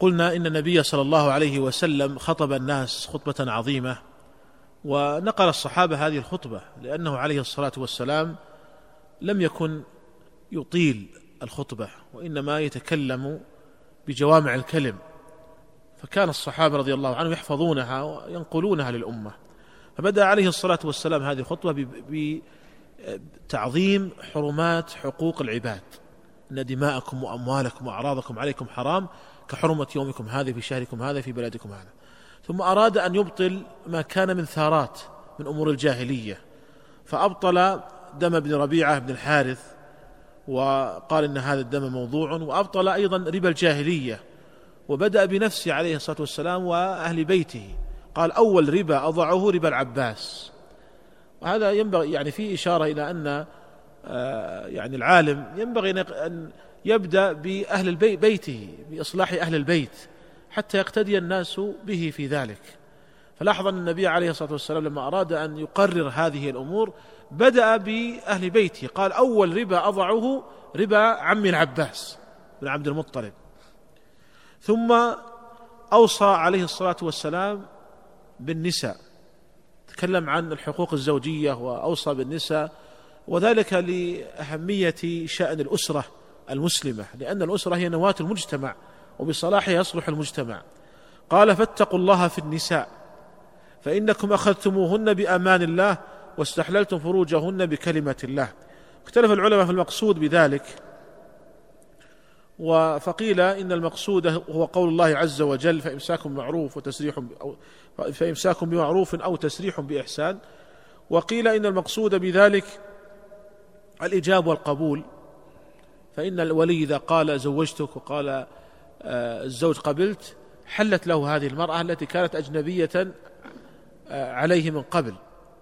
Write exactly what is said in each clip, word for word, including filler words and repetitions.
قلنا إن النبي صلى الله عليه وسلم خطب الناس خطبة عظيمة، ونقل الصحابة هذه الخطبة لأنه عليه الصلاة والسلام لم يكن يطيل الخطبة، وإنما يتكلم بجوامع الكلم، فكان الصحابة رضي الله عنهم يحفظونها وينقلونها للأمة. فبدأ عليه الصلاة والسلام هذه الخطبة بتعظيم حرمات حقوق العباد، إن دماءكم وأموالكم وأعراضكم عليكم حرام كحرمة يومكم هذا في شهركم هذا في بلدكم هذا. ثم أراد أن يبطل ما كان من ثارات من أمور الجاهلية، فأبطل دم ابن ربيعة بن الحارث وقال إن هذا الدم موضوع، وأبطل أيضا ربا الجاهلية، وبدأ بنفسه عليه الصلاة والسلام وأهل بيته، قال أول ربا أضعه ربا العباس. وهذا ينبغي يعني فيه إشارة إلى أن يعني العالم ينبغي أن يبدأ بأهل البيت بيته بإصلاح أهل البيت حتى يقتدي الناس به في ذلك. فلاحظ أن النبي عليه الصلاة والسلام لما أراد أن يقرر هذه الأمور بدأ بأهل بيته، قال أول ربا أضعه ربا عم العباس بن عبد المطلب. ثم أوصى عليه الصلاة والسلام بالنساء، تكلم عن الحقوق الزوجية وأوصى بالنساء، وذلك لأهمية شأن الأسرة المسلمة، لأن الأسرة هي نواة المجتمع وبصلاحها يصلح المجتمع. قال فاتقوا الله في النساء فإنكم أخذتموهن بأمان الله واستحللتم فروجهن بكلمة الله. اختلف العلماء في المقصود بذلك، فقيل إن المقصود هو قول الله عز وجل فإمساك بمعروف وتسريح فإمساك بمعروف أو تسريح بإحسان، وقيل إن المقصود بذلك الإجاب والقبول، فإن الولي إذا قال زوجتك وقال الزوج قبلت حلت له هذه المرأة التي كانت أجنبية عليه من قبل.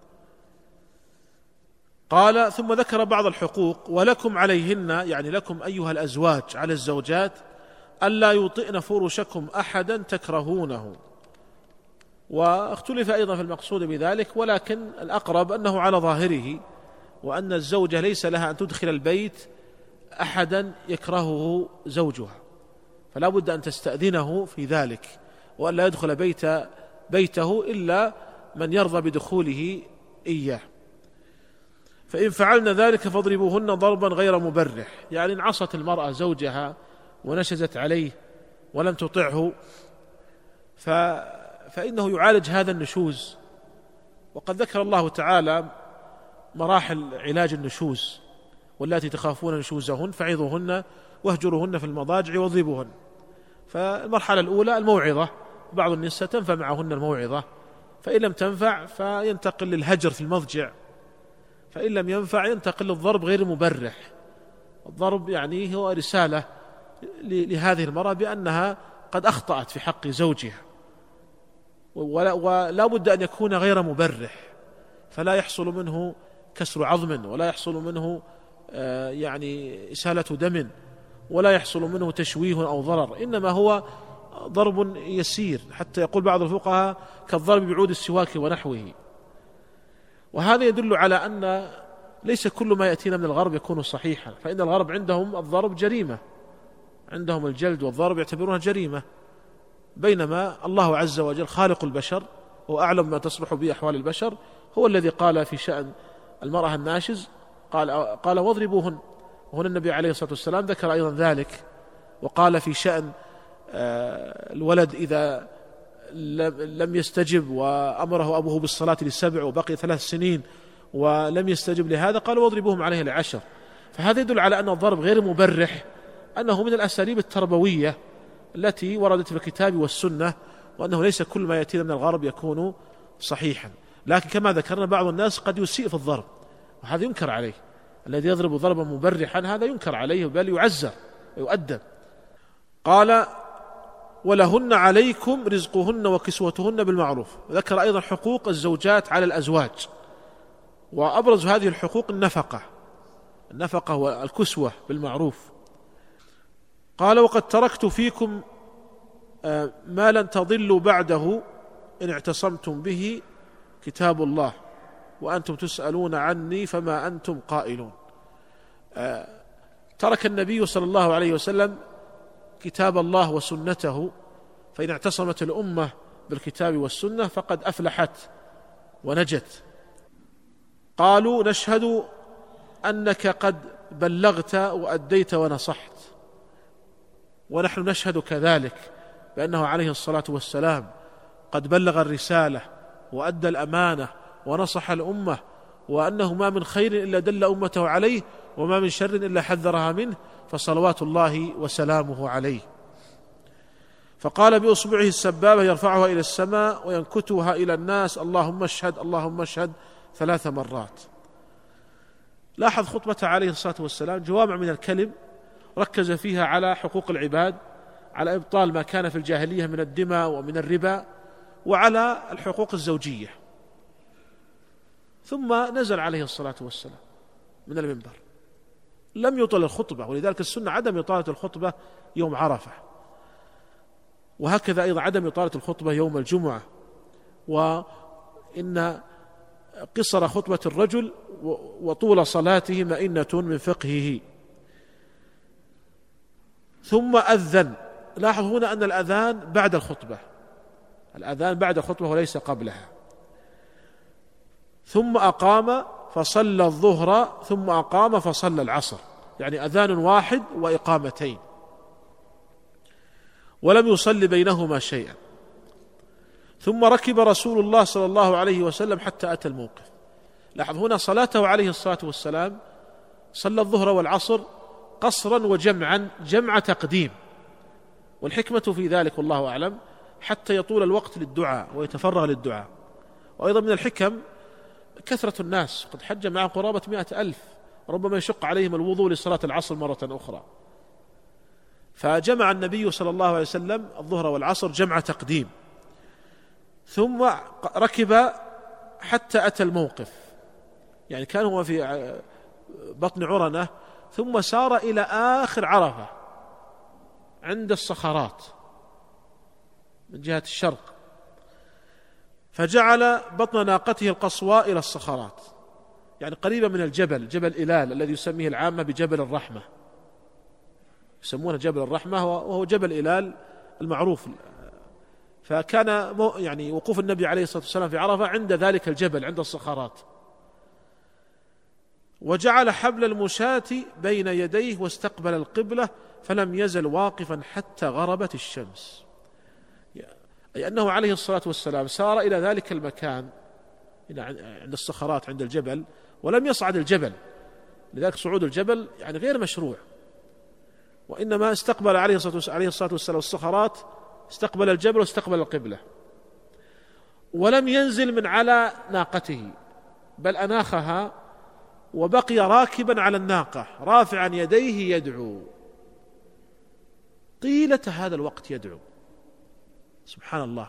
قال ثم ذكر بعض الحقوق ولكم عليهن، يعني لكم أيها الأزواج على الزوجات ألا يطئن فرشكم أحدا تكرهونه. واختلف أيضا في المقصود بذلك، ولكن الأقرب أنه على ظاهره، وأن الزوجة ليس لها أن تدخل البيت أحدا يكرهه زوجها، فلا بد أن تستأذنه في ذلك، وأن لا يدخل بيت بيته إلا من يرضى بدخوله إياه. فإن فعلن ذلك فاضربوهن ضربا غير مبرح، يعني إن عصت المرأة زوجها ونشزت عليه ولم تطعه ف... فإنه يعالج هذا النشوز. وقد ذكر الله تعالى مراحل علاج النشوز، واللاتي تخافون نشوزهن فعظوهن واهجروهن في المضاجع واضربوهن. فالمرحلة الأولى الموعظة، بعض النساء تنفع معهن الموعظة، فإن لم تنفع فينتقل للهجر في المضجع، فإن لم ينفع ينتقل للضرب غير مبرح. الضرب يعني هو رسالة لهذه المرأة بأنها قد أخطأت في حق زوجها، ولا, ولا بد أن يكون غير مبرح، فلا يحصل منه كسر عظم، ولا يحصل منه يعني إسالة دم، ولا يحصل منه تشويه أو ضرر، إنما هو ضرب يسير، حتى يقول بعض الفقهاء كالضرب بعود السواك ونحوه. وهذا يدل على أن ليس كل ما يأتينا من الغرب يكون صحيحا، فإن الغرب عندهم الضرب جريمة، عندهم الجلد والضرب يعتبرونها جريمة، بينما الله عز وجل خالق البشر وأعلم ما تصلح به أحوال البشر هو الذي قال في شأن المرأة الناشز قال, قال واضربوهن. وهنا النبي عليه الصلاة والسلام ذكر أيضا ذلك، وقال في شأن الولد إذا لم يستجب وأمره أبوه بالصلاة للسبع وبقي ثلاث سنين ولم يستجب لهذا قال واضربوهم عليه العشر. فهذا يدل على أن الضرب غير مبرح، أنه من الأساليب التربوية التي وردت في الكتاب والسنة، وأنه ليس كل ما يأتينا من الغرب يكون صحيحا. لكن كما ذكرنا بعض الناس قد يسيء في الضرب، وهذا ينكر عليه، الذي يضرب ضربا مبرحا هذا ينكر عليه بل يعزر ويؤدب. قال ولهن عليكم رزقهن وكسوتهن بالمعروف. ذكر أيضا حقوق الزوجات على الأزواج، وأبرز هذه الحقوق النفقة النفقة والكسوة بالمعروف. قال وقد تركت فيكم ما لن تضلوا بعده إن اعتصمتم به كتاب الله وأنتم تسألون عني فما أنتم قائلون. ترك النبي صلى الله عليه وسلم كتاب الله وسنته فإن اعتصمت الأمة بالكتاب والسنة فقد أفلحت ونجت. قالوا نشهد أنك قد بلغت وأديت ونصحت، ونحن نشهد كذلك بأنه عليه الصلاة والسلام قد بلغ الرسالة وأدى الأمانة ونصح الأمة، وأنه ما من خير إلا دل أمته عليه، وما من شر إلا حذرها منه، فصلوات الله وسلامه عليه. فقال بإصبعه السبابة يرفعها إلى السماء وينكتها إلى الناس: اللهم اشهد اللهم اشهد ثلاث مرات. لاحظ خطبة عليه الصلاة والسلام جوامع من الكلم ركز فيها على حقوق العباد، على إبطال ما كان في الجاهلية من الدماء ومن الربا، وعلى الحقوق الزوجية. ثم نزل عليه الصلاة والسلام من المنبر، لم يطل الخطبة، ولذلك السنة عدم إطالة الخطبة يوم عرفة، وهكذا أيضا عدم إطالة الخطبة يوم الجمعة، وإن قصر خطبة الرجل وطول صلاته مئنة من فقهه. ثم أذن. لاحظ هنا أن الأذان بعد الخطبة، الأذان بعد الخطبة وليس قبلها. ثم أقام فصلى الظهر ثم أقام فصلى العصر، يعني أذان واحد وإقامتين، ولم يصلي بينهما شيئا. ثم ركب رسول الله صلى الله عليه وسلم حتى أتى الموقف. لاحظ هنا صلاته عليه الصلاة والسلام صلى الظهر والعصر قصرا وجمعا، جمع تقديم، والحكمة في ذلك والله أعلم حتى يطول الوقت للدعاء ويتفرغ للدعاء. وأيضا من الحكم كثرة الناس، قد حج معهم قرابة مئة ألف، ربما يشق عليهم الوضوء لصلاة العصر مرة أخرى، فجمع النبي صلى الله عليه وسلم الظهر والعصر جمع تقديم. ثم ركب حتى أتى الموقف، يعني كان هو في بطن عرنة، ثم سار إلى آخر عرفة عند الصخرات من جهة الشرق، فجعل بطن ناقته القصواء إلى الصخرات، يعني قريبا من الجبل، جبل إلال الذي يسميه العامة بجبل الرحمة، يسمونه جبل الرحمة وهو جبل إلال المعروف. فكان يعني وقوف النبي عليه الصلاة والسلام في عرفة عند ذلك الجبل عند الصخرات. وجعل حبل المشاة بين يديه واستقبل القبلة، فلم يزل واقفا حتى غربت الشمس، أي أنه عليه الصلاة والسلام سار إلى ذلك المكان عند الصخرات عند الجبل ولم يصعد الجبل، لذلك صعود الجبل يعني غير مشروع، وإنما استقبل عليه الصلاة والسلام الصخرات، استقبل الجبل واستقبل القبلة، ولم ينزل من على ناقته بل أناخها وبقي راكبا على الناقة رافعا يديه يدعو طيلة هذا الوقت، يدعو. سبحان الله،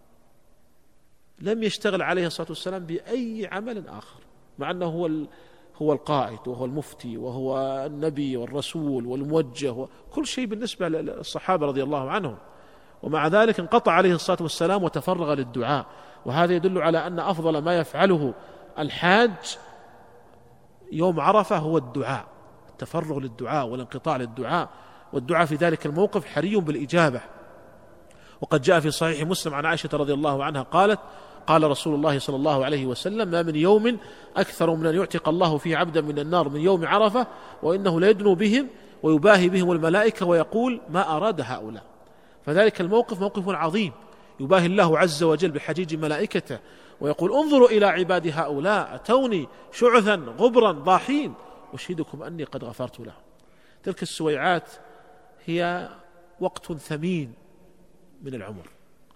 لم يشتغل عليه الصلاة والسلام بأي عمل آخر، مع أنه هو هو القائد وهو المفتي وهو النبي والرسول والموجه وكل شيء بالنسبة للصحابة رضي الله عنهم، ومع ذلك انقطع عليه الصلاة والسلام وتفرغ للدعاء. وهذا يدل على أن أفضل ما يفعله الحاج يوم عرفة هو الدعاء، التفرغ للدعاء والانقطاع للدعاء، والدعاء في ذلك الموقف حري بالإجابة. وقد جاء في صحيح مسلم عن عائشة رضي الله عنها قالت: قال رسول الله صلى الله عليه وسلم: ما من يوم أكثر من أن يعتق الله فيه عبدا من النار من يوم عرفة، وإنه ليدنو بهم ويباهي بهم الملائكة ويقول: ما أراد هؤلاء. فذلك الموقف موقف عظيم، يباهي الله عز وجل بحجيج ملائكته ويقول: انظروا إلى عباد هؤلاء أتوني شعثا غبرا ضاحين أشهدكم أني قد غفرت لهم. تلك السويعات هي وقت ثمين من العمر،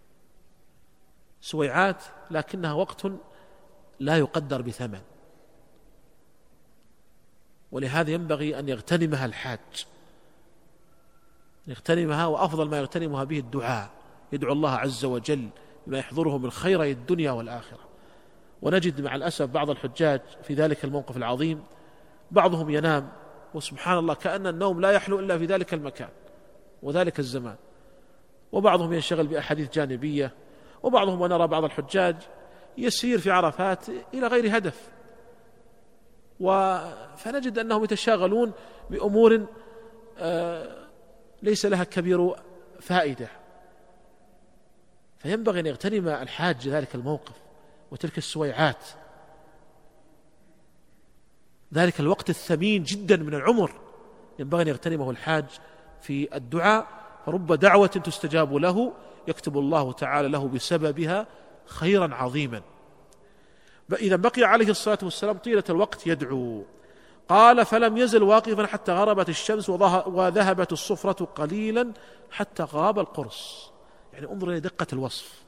سويعات لكنها وقت لا يقدر بثمن، ولهذا ينبغي أن يغتنمها الحاج، يغتنمها، وأفضل ما يغتنمها به الدعاء، يدعو الله عز وجل بما يحضره من خيري الدنيا والآخرة. ونجد مع الأسف بعض الحجاج في ذلك الموقف العظيم بعضهم ينام، وسبحان الله كأن النوم لا يحلو إلا في ذلك المكان وذلك الزمان، وبعضهم ينشغل بأحاديث جانبية، وبعضهم ونرى بعض الحجاج يسير في عرفات إلى غير هدف، فنجد أنهم يتشاغلون بأمور ليس لها كبير فائدة. فينبغي أن يغتنم الحاج ذلك الموقف وتلك السويعات، ذلك الوقت الثمين جدا من العمر ينبغي أن يغتنمه الحاج في الدعاء، فرب دعوة تستجاب له يكتب الله تعالى له بسببها خيرا عظيما. إذا بقي عليه الصلاة والسلام طيلة الوقت يدعو. قال: فلم يزل واقفا حتى غربت الشمس وذهبت الصفرة قليلا حتى غاب القرص. يعني انظر إلى دقة الوصف،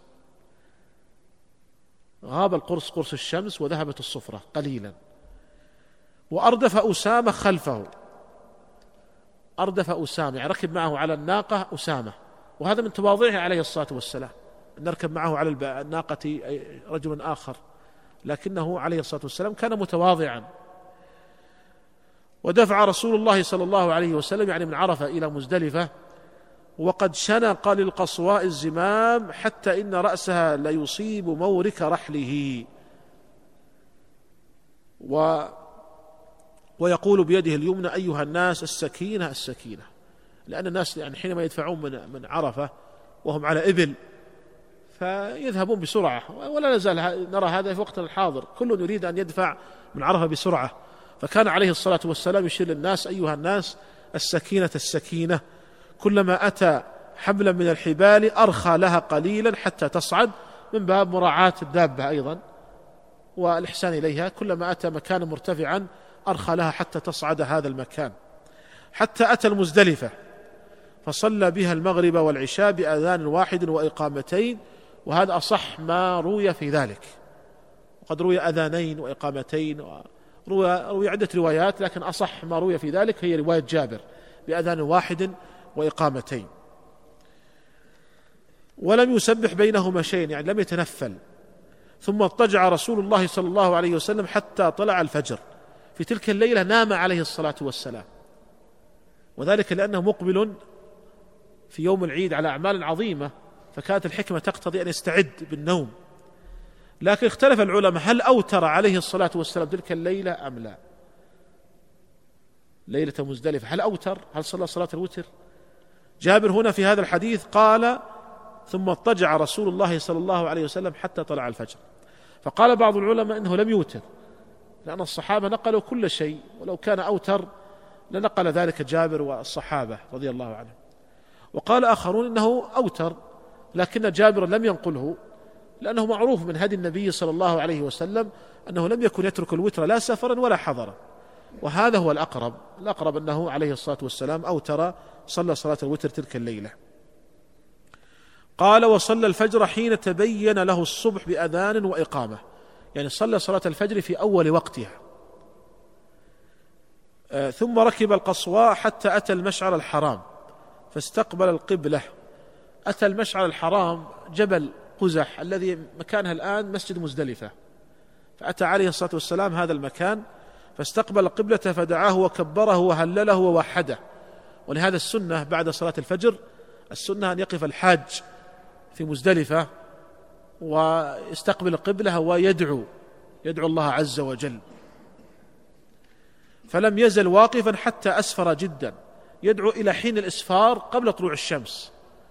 غاب القرص، قرص الشمس، وذهبت الصفرة قليلا. وأردف أسامة خلفه، أردف أسامة يعني ركب معه على الناقة أسامة، وهذا من تواضعه عليه الصلاة والسلام أن نركب معه على الناقة رجل آخر، لكنه عليه الصلاة والسلام كان متواضعا. ودفع رسول الله صلى الله عليه وسلم يعني من عرفة إلى مزدلفة وقد شنق للقصواء الزمام حتى إن رأسها ليصيب مورك رحله، و ويقول بيده اليمنى: أيها الناس السكينة السكينة، لأن الناس يعني حينما يدفعون من من عرفة وهم على إبل فيذهبون بسرعة، ولا نزال نرى هذا في وقتنا الحاضر، كل يريد أن يدفع من عرفة بسرعة. فكان عليه الصلاة والسلام يشير للناس: أيها الناس السكينة السكينة، كلما أتى حبلا من الحبال أرخى لها قليلا حتى تصعد، من باب مراعاة الدابة أيضا والإحسان إليها، كلما أتى مكانا مرتفعا أرخى لها حتى تصعد هذا المكان. حتى أتى المزدلفة فصلى بها المغرب والعشاء بأذان واحد وإقامتين، وهذا أصح ما روي في ذلك، وقد روي أذانين وإقامتين، وروي روي عدة روايات، لكن أصح ما روي في ذلك هي رواية جابر بأذان واحد وإقامتين. ولم يسبح بينهما شيء، يعني لم يتنفل. ثم اضطجع رسول الله صلى الله عليه وسلم حتى طلع الفجر. في تلك الليلة نام عليه الصلاة والسلام، وذلك لأنه مقبل في يوم العيد على أعمال عظيمة، فكانت الحكمة تقتضي أن يستعد بالنوم. لكن اختلف العلماء هل أوتر عليه الصلاة والسلام تلك الليلة أم لا؟ ليلة مزدلفة هل أوتر؟ هل صلى صلاة الوتر؟ جابر هنا في هذا الحديث قال: ثم اضطجع رسول الله صلى الله عليه وسلم حتى طلع الفجر. فقال بعض العلماء إنه لم يوتر، لأن الصحابة نقلوا كل شيء، ولو كان أوتر لنقل ذلك جابر والصحابة رضي الله عنهم. وقال آخرون إنه أوتر، لكن جابر لم ينقله، لأنه معروف من هدي النبي صلى الله عليه وسلم أنه لم يكن يترك الوتر لا سفرا ولا حضرا، وهذا هو الأقرب. الأقرب أنه عليه الصلاة والسلام أوتر، صلى صلاة الوتر تلك الليلة. قال: وصلى الفجر حين تبين له الصبح بأذان وإقامة، يعني صلى صلاة الفجر في أول وقتها. آه ثم ركب القصواء حتى أتى المشعر الحرام فاستقبل القبلة. أتى المشعر الحرام جبل قزح الذي مكانها الآن مسجد مزدلفة، فأتى عليه الصلاة والسلام هذا المكان فاستقبل القبلة فدعاه وكبره وهلله ووحده. ولهذا السنة بعد صلاة الفجر، السنة أن يقف الحاج في مزدلفة ويستقبل القبلة ويدعو يدعو الله عز وجل. فلم يزل واقفا حتى أسفر جدا، يدعو إلى حين الإسفار قبل طلوع الشمس.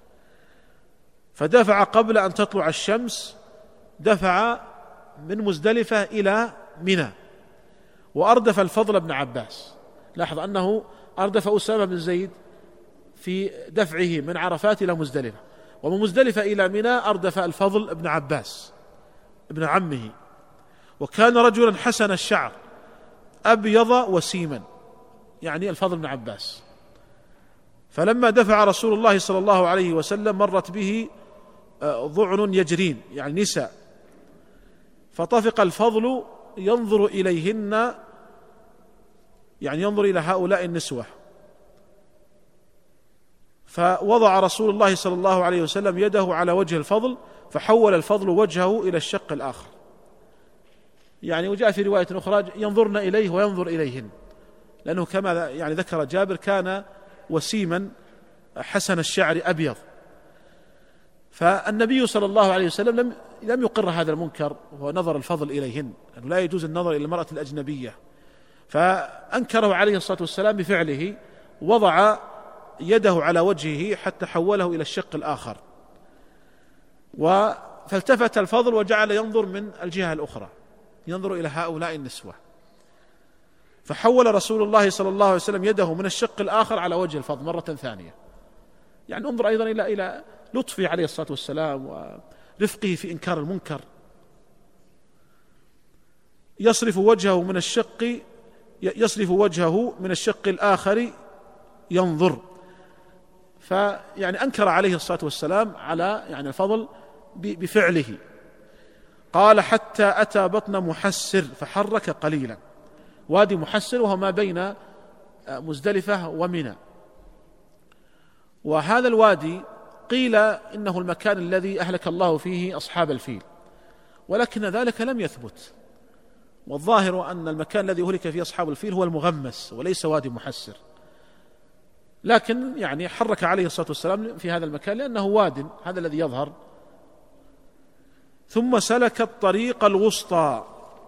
فدفع قبل أن تطلع الشمس، دفع من مزدلفة إلى منى، وأردف الفضل بن عباس. لاحظ أنه أردف أسامة بن زيد في دفعه من عرفات إلى مزدلفة، ومن مزدلفة إلى منى أردف الفضل بن عباس ابن عمه، وكان رجلا حسن الشعر أبيض وسيما، يعني الفضل بن عباس. فلما دفع رسول الله صلى الله عليه وسلم مرت به ضعن يجرين، يعني نساء، فطفق الفضل ينظر إليهن، يعني ينظر إلى هؤلاء النسوة. فوضع رسول الله صلى الله عليه وسلم يده على وجه الفضل فحول الفضل وجهه إلى الشق الآخر، يعني وجاء في رواية أخرى ينظرن إليه وينظر إليهن، لأنه كما يعني ذكر جابر كان وسيما حسن الشعر أبيض. فالنبي صلى الله عليه وسلم لم لم يقر هذا المنكر، وهو نظر الفضل إليهن، لأنه لا يجوز النظر إلى المرأة الأجنبية، فأنكره عليه الصلاة والسلام بفعله، وضع يده على وجهه حتى حوله إلى الشق الآخر. فالتفت الفضل وجعل ينظر من الجهة الأخرى، ينظر إلى هؤلاء النسوة، فحول رسول الله صلى الله عليه وسلم يده من الشق الآخر على وجه الفضل مرة ثانية. يعني انظر أيضا إلى إلى لطفه عليه الصلاة والسلام ورفقه في إنكار المنكر. يصرف وجهه من الشق يصرف وجهه من الشق الآخر ينظر. فيعني أنكر عليه الصلاة والسلام على يعني الفضل بفعله. قال حتى أتى بطن محسر فحرك قليلا. وادي محسر وهو ما بين مزدلفة ومنى، وهذا الوادي قيل إنه المكان الذي أهلك الله فيه أصحاب الفيل، ولكن ذلك لم يثبت، والظاهر أن المكان الذي أهلك فيه أصحاب الفيل هو المغمس وليس وادي محسر، لكن يعني حرك عليه الصلاة والسلام في هذا المكان لأنه واد، هذا الذي يظهر. ثم سلك الطريق الوسطى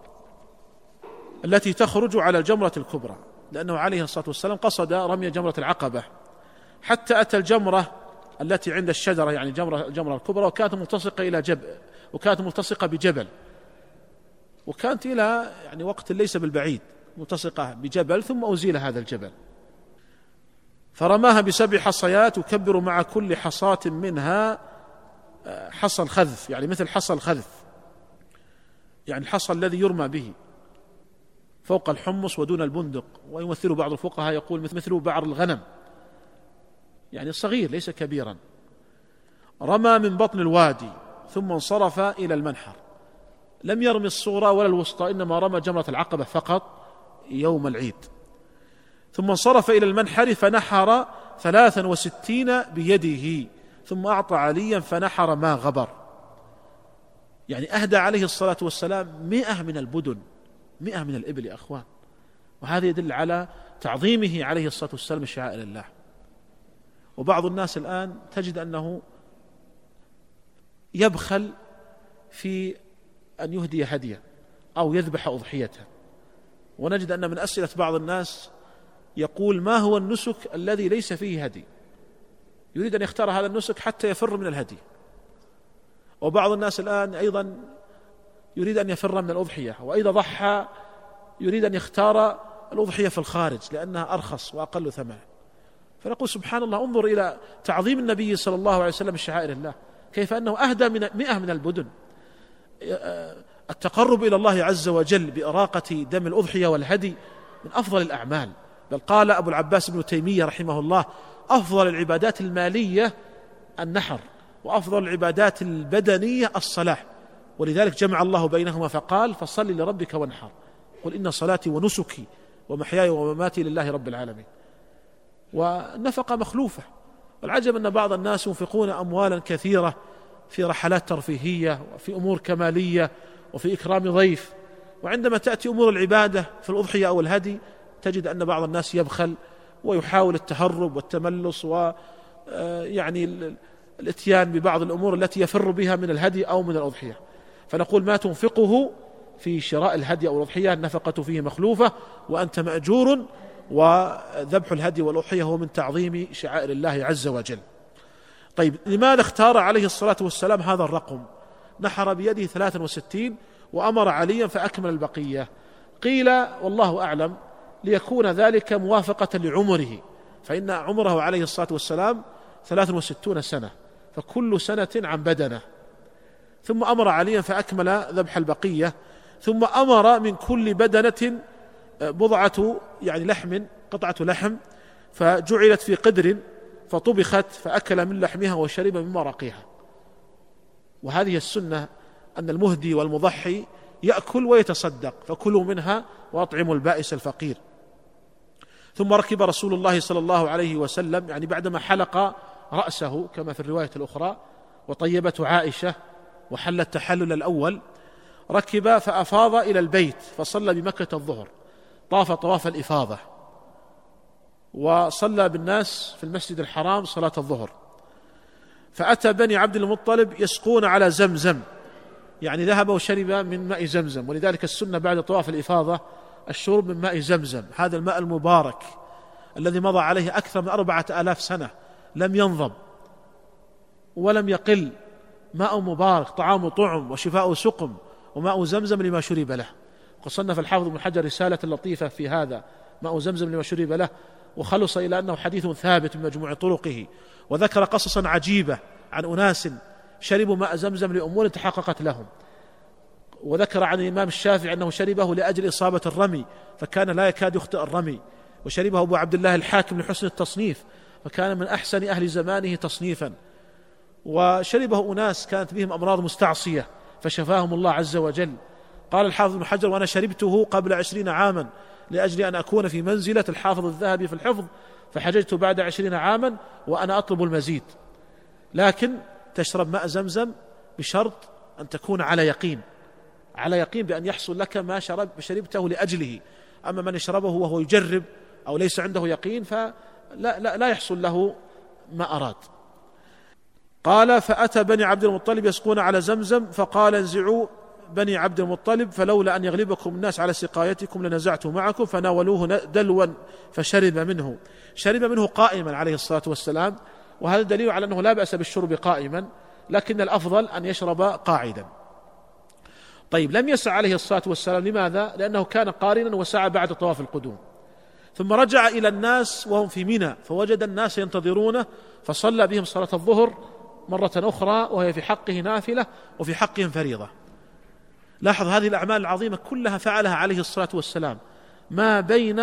التي تخرج على الجمرة الكبرى، لأنه عليه الصلاة والسلام قصد رمي جمرة العقبة حتى أتى الجمرة التي عند الشجرة، يعني جمرة الجمرة الكبرى، وكانت ملتصقة إلى جبل، وكانت ملتصقة بجبل، وكانت إلى يعني وقت ليس بالبعيد ملتصقة بجبل، ثم أزيل هذا الجبل. فرماها بسبع حصيات يكبر مع كل حصاة منها حصى الخذف، يعني مثل حصى الخذف، يعني الحصى الذي يرمى به فوق الحمص ودون البندق، ويمثل بعض الفقهاء يقول مثل بعر الغنم، يعني صغير ليس كبيرا. رمى من بطن الوادي ثم انصرف إلى المنحر، لم يرمي الصغرى ولا الوسطى، إنما رمى جمرة العقبة فقط يوم العيد. ثم انصرف إلى المنحر فنحر ثلاثا وستين بيده، ثم أعطى عليا فنحر ما غبر. يعني أهدى عليه الصلاة والسلام مئة من البدن، مئة من الإبل يا أخوان، وهذا يدل على تعظيمه عليه الصلاة والسلام لشعائر الله. وبعض الناس الآن تجد أنه يبخل في أن يهدي هديا أو يذبح أضحيته، ونجد أن من أسئلة بعض الناس يقول ما هو النسك الذي ليس فيه هدي، يريد أن يختار هذا النسك حتى يفر من الهدي. وبعض الناس الآن أيضا يريد أن يفر من الأضحية، وإذا ضحى يريد أن يختار الأضحية في الخارج لأنها أرخص وأقل ثمن. فنقول سبحان الله، انظر إلى تعظيم النبي صلى الله عليه وسلم لشعائر الله، كيف أنه أهدى من مئة من البدن. التقرب إلى الله عز وجل بإراقة دم الأضحية والهدي من أفضل الأعمال، بل قال أبو العباس ابن تيمية رحمه الله أفضل العبادات المالية النحر، وأفضل العبادات البدنية الصلاة، ولذلك جمع الله بينهما فقال فصل لربك وانحر، قل إن صلاتي ونسكي ومحياي ومماتي لله رب العالمين. والنفقة مخلوفة، والعجب أن بعض الناس ينفقون أموالا كثيرة في رحلات ترفيهية وفي أمور كمالية وفي إكرام ضيف، وعندما تأتي أمور العبادة في الأضحية أو الهدي تجد أن بعض الناس يبخل ويحاول التهرب والتملص ويعني الاتيان ببعض الأمور التي يفر بها من الهدي أو من الأضحية. فنقول ما تنفقه في شراء الهدي أو الأضحية النفقة فيه مخلوفة وأنت مأجور، وذبح الهدي والأضحية هو من تعظيم شعائر الله عز وجل. طيب، لماذا اختار عليه الصلاة والسلام هذا الرقم؟ نحر بيده ثلاثا وستين وأمر عليا فأكمل البقية. قيل والله أعلم ليكون ذلك موافقة لعمره، فإن عمره عليه الصلاة والسلام ثلاث وستون سنة، فكل سنة عن بدنه. ثم أمر عليا فأكمل ذبح البقية، ثم أمر من كل بدنة بضعة يعني لحم، قطعة لحم، فجعلت في قدر فطبخت فأكل من لحمها وشرب من مرقها. وهذه السنة أن المهدي والمضحي يأكل ويتصدق، فكلوا منها وأطعموا البائس الفقير. ثم ركب رسول الله صلى الله عليه وسلم، يعني بعدما حلق رأسه كما في الرواية الأخرى وطيبته عائشة وحل التحلل الأول، ركب فأفاض إلى البيت فصلى بمكة الظهر، طاف طواف الإفاضة، وصلى بالناس في المسجد الحرام صلاة الظهر. فأتى بني عبد المطلب يسقون على زمزم، يعني ذهب وشرب من ماء زمزم، ولذلك السنة بعد طواف الإفاضة الشرب من ماء زمزم، هذا الماء المبارك الذي مضى عليه أكثر من أربعة آلاف سنة، لم ينضب ولم يقل ماء مبارك طعام طعم وشفاء سقم وماء زمزم لما شرب له. وصنف الحافظ ابن حجر رسالة لطيفة في هذا ماء زمزم لما شرب له، وخلص إلى أنه حديث ثابت من مجموع طرقه، وذكر قصصا عجيبة عن أناس شربوا ماء زمزم لأمور تحققت لهم. وذكر عن الإمام الشافعي أنه شربه لأجل إصابة الرمي فكان لا يكاد يخطئ الرمي، وشربه أبو عبد الله الحاكم لحسن التصنيف فكان من أحسن أهل زمانه تصنيفا، وشربه أناس كانت بهم أمراض مستعصية فشفاهم الله عز وجل. قال الحافظ ابن حجر: وأنا شربته قبل عشرين عاما لأجل أن أكون في منزلة الحافظ الذهبي في الحفظ، فحججت بعد عشرين عاما وأنا أطلب المزيد. لكن تشرب ماء زمزم بشرط أن تكون على يقين، على يقين بأن يحصل لك ما شرب شربته لأجله. أما من يشربه وهو يجرب أو ليس عنده يقين فلا لا, لا يحصل له ما أراد. قال: فأتى بني عبد المطلب يسقون على زمزم فقال: انزعوا بني عبد المطلب فلولا أن يغلبكم الناس على سقايتكم لنزعت معكم، فناولوه دلوا فشرب منه. شرب منه قائما عليه الصلاة والسلام، وهذا دليل على أنه لا بأس بالشرب قائما، لكن الأفضل أن يشرب قاعدا. طيب، لم يسع عليه الصلاة والسلام، لماذا؟ لأنه كان قارنا وسعى بعد طواف القدوم، ثم رجع إلى الناس وهم في منى فوجد الناس ينتظرونه فصلى بهم صلاة الظهر مرة أخرى، وهي في حقه نافلة وفي حقهم فريضة. لاحظ هذه الأعمال العظيمة كلها فعلها عليه الصلاة والسلام ما بين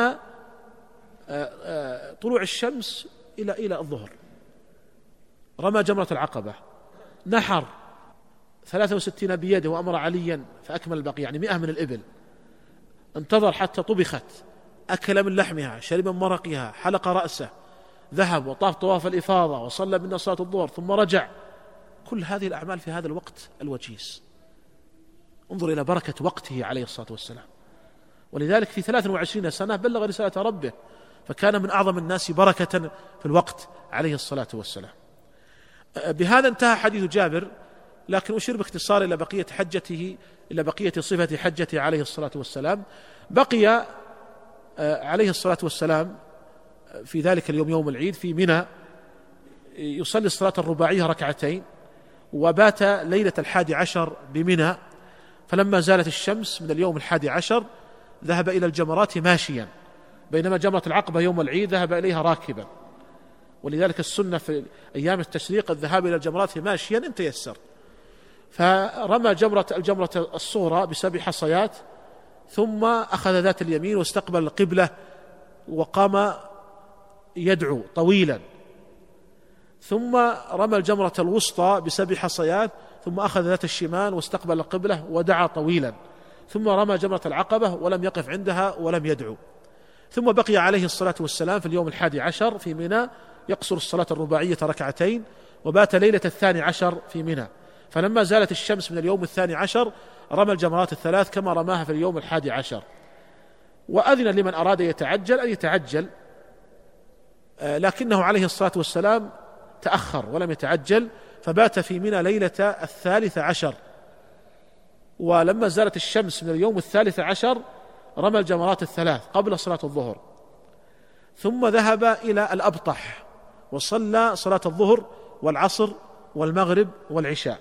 طلوع الشمس إلى إلى الظهر. رمى جمرة العقبة، نحر ثلاثة وستين بيده وأمر عليا فأكمل البقية، يعني مئة من الإبل، انتظر حتى طبخت، أكل من لحمها، شرب من مرقها، حلق رأسه، ذهب وطاف طواف الإفاضة وصلى بالناس صلاة الظهر ثم رجع. كل هذه الأعمال في هذا الوقت الوجيز. انظر إلى بركة وقته عليه الصلاة والسلام. ولذلك في ثلاث وعشرين سنة بلغ رسالة ربه، فكان من أعظم الناس بركة في الوقت عليه الصلاة والسلام. بهذا انتهى حديث جابر، لكن أشير باختصار إلى بقية حجته، إلى بقية صفة حجته عليه الصلاة والسلام. بقي عليه الصلاة والسلام في ذلك اليوم يوم العيد في منى يصلي الصلاة الرباعية ركعتين، وبات ليلة الحادي عشر بمنى، فلما زالت الشمس من اليوم الحادي عشر ذهب إلى الجمرات ماشيا، بينما جمرة العقبة يوم العيد ذهب إليها راكبا. ولذلك السنة في أيام التشريق الذهاب إلى الجمرات ماشيا إن تيسر. فرمى جمرة الجمرة الصغرى بسبع حصيات، ثم أخذ ذات اليمين واستقبل القبلة وقام يدعو طويلا، ثم رمى الجمرة الوسطى بسبع حصيات، ثم أخذ ذات الشمال واستقبل القبلة ودعا طويلا، ثم رمى جمرة العقبة ولم يقف عندها ولم يدعو. ثم بقي عليه الصلاة والسلام في اليوم الحادي عشر في منى يقصر الصلاة الرباعية ركعتين، وبات ليلة الثاني عشر في منى، فلما زالت الشمس من اليوم الثاني عشر رمى الجمرات الثلاث كما رماها في اليوم الحادي عشر. وأذن لمن أراد يتعجل أن يتعجل، لكنه عليه الصلاة والسلام تأخر ولم يتعجل، فبات في منى ليلة الثالث عشر، ولما زالت الشمس من اليوم الثالث عشر رمى الجمرات الثلاث قبل صلاة الظهر، ثم ذهب إلى الأبطح وصلى صلاة الظهر والعصر والمغرب والعشاء.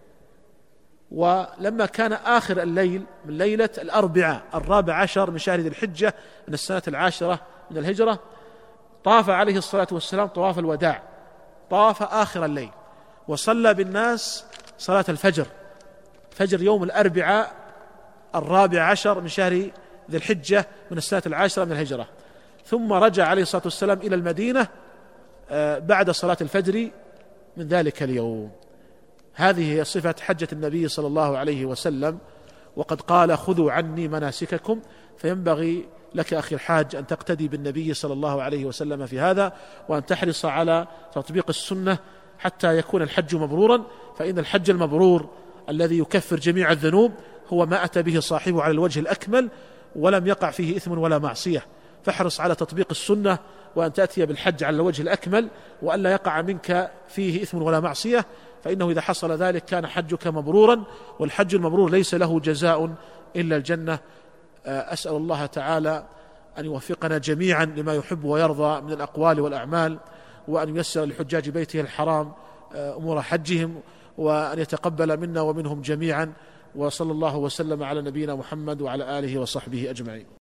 ولما كان آخر الليل من ليلة الأربعاء الرابع عشر من شهر ذي الحجة من السنة العاشرة من الهجرة طاف عليه الصلاة والسلام طواف الوداع، طاف آخر الليل وصلى بالناس صلاة الفجر، فجر يوم الأربعاء الرابع عشر من شهر ذي الحجة من السنة العاشرة من الهجرة، ثم رجع عليه الصلاة والسلام إلى المدينة بعد صلاة الفجر من ذلك اليوم. هذه هي صفة حجة النبي صلى الله عليه وسلم. وقد قال: خذوا عني مناسككم، فينبغي لك أخي الحاج أن تقتدي بالنبي صلى الله عليه وسلم في هذا، وأن تحرص على تطبيق السنة حتى يكون الحج مبرورا، فإن الحج المبرور الذي يكفر جميع الذنوب هو ما أتى به صاحبه على الوجه الأكمل ولم يقع فيه إثم ولا معصية. فاحرص على تطبيق السنة وأن تأتي بالحج على الوجه الأكمل، وأن لا يقع منك فيه إثم ولا معصية، فإنه إذا حصل ذلك كان حجك مبرورا، والحج المبرور ليس له جزاء إلا الجنة. أسأل الله تعالى أن يوفقنا جميعا لما يحب ويرضى من الأقوال والأعمال، وأن ييسر لحجاج بيته الحرام أمور حجهم، وأن يتقبل منا ومنهم جميعا، وصلى الله وسلم على نبينا محمد وعلى آله وصحبه أجمعين.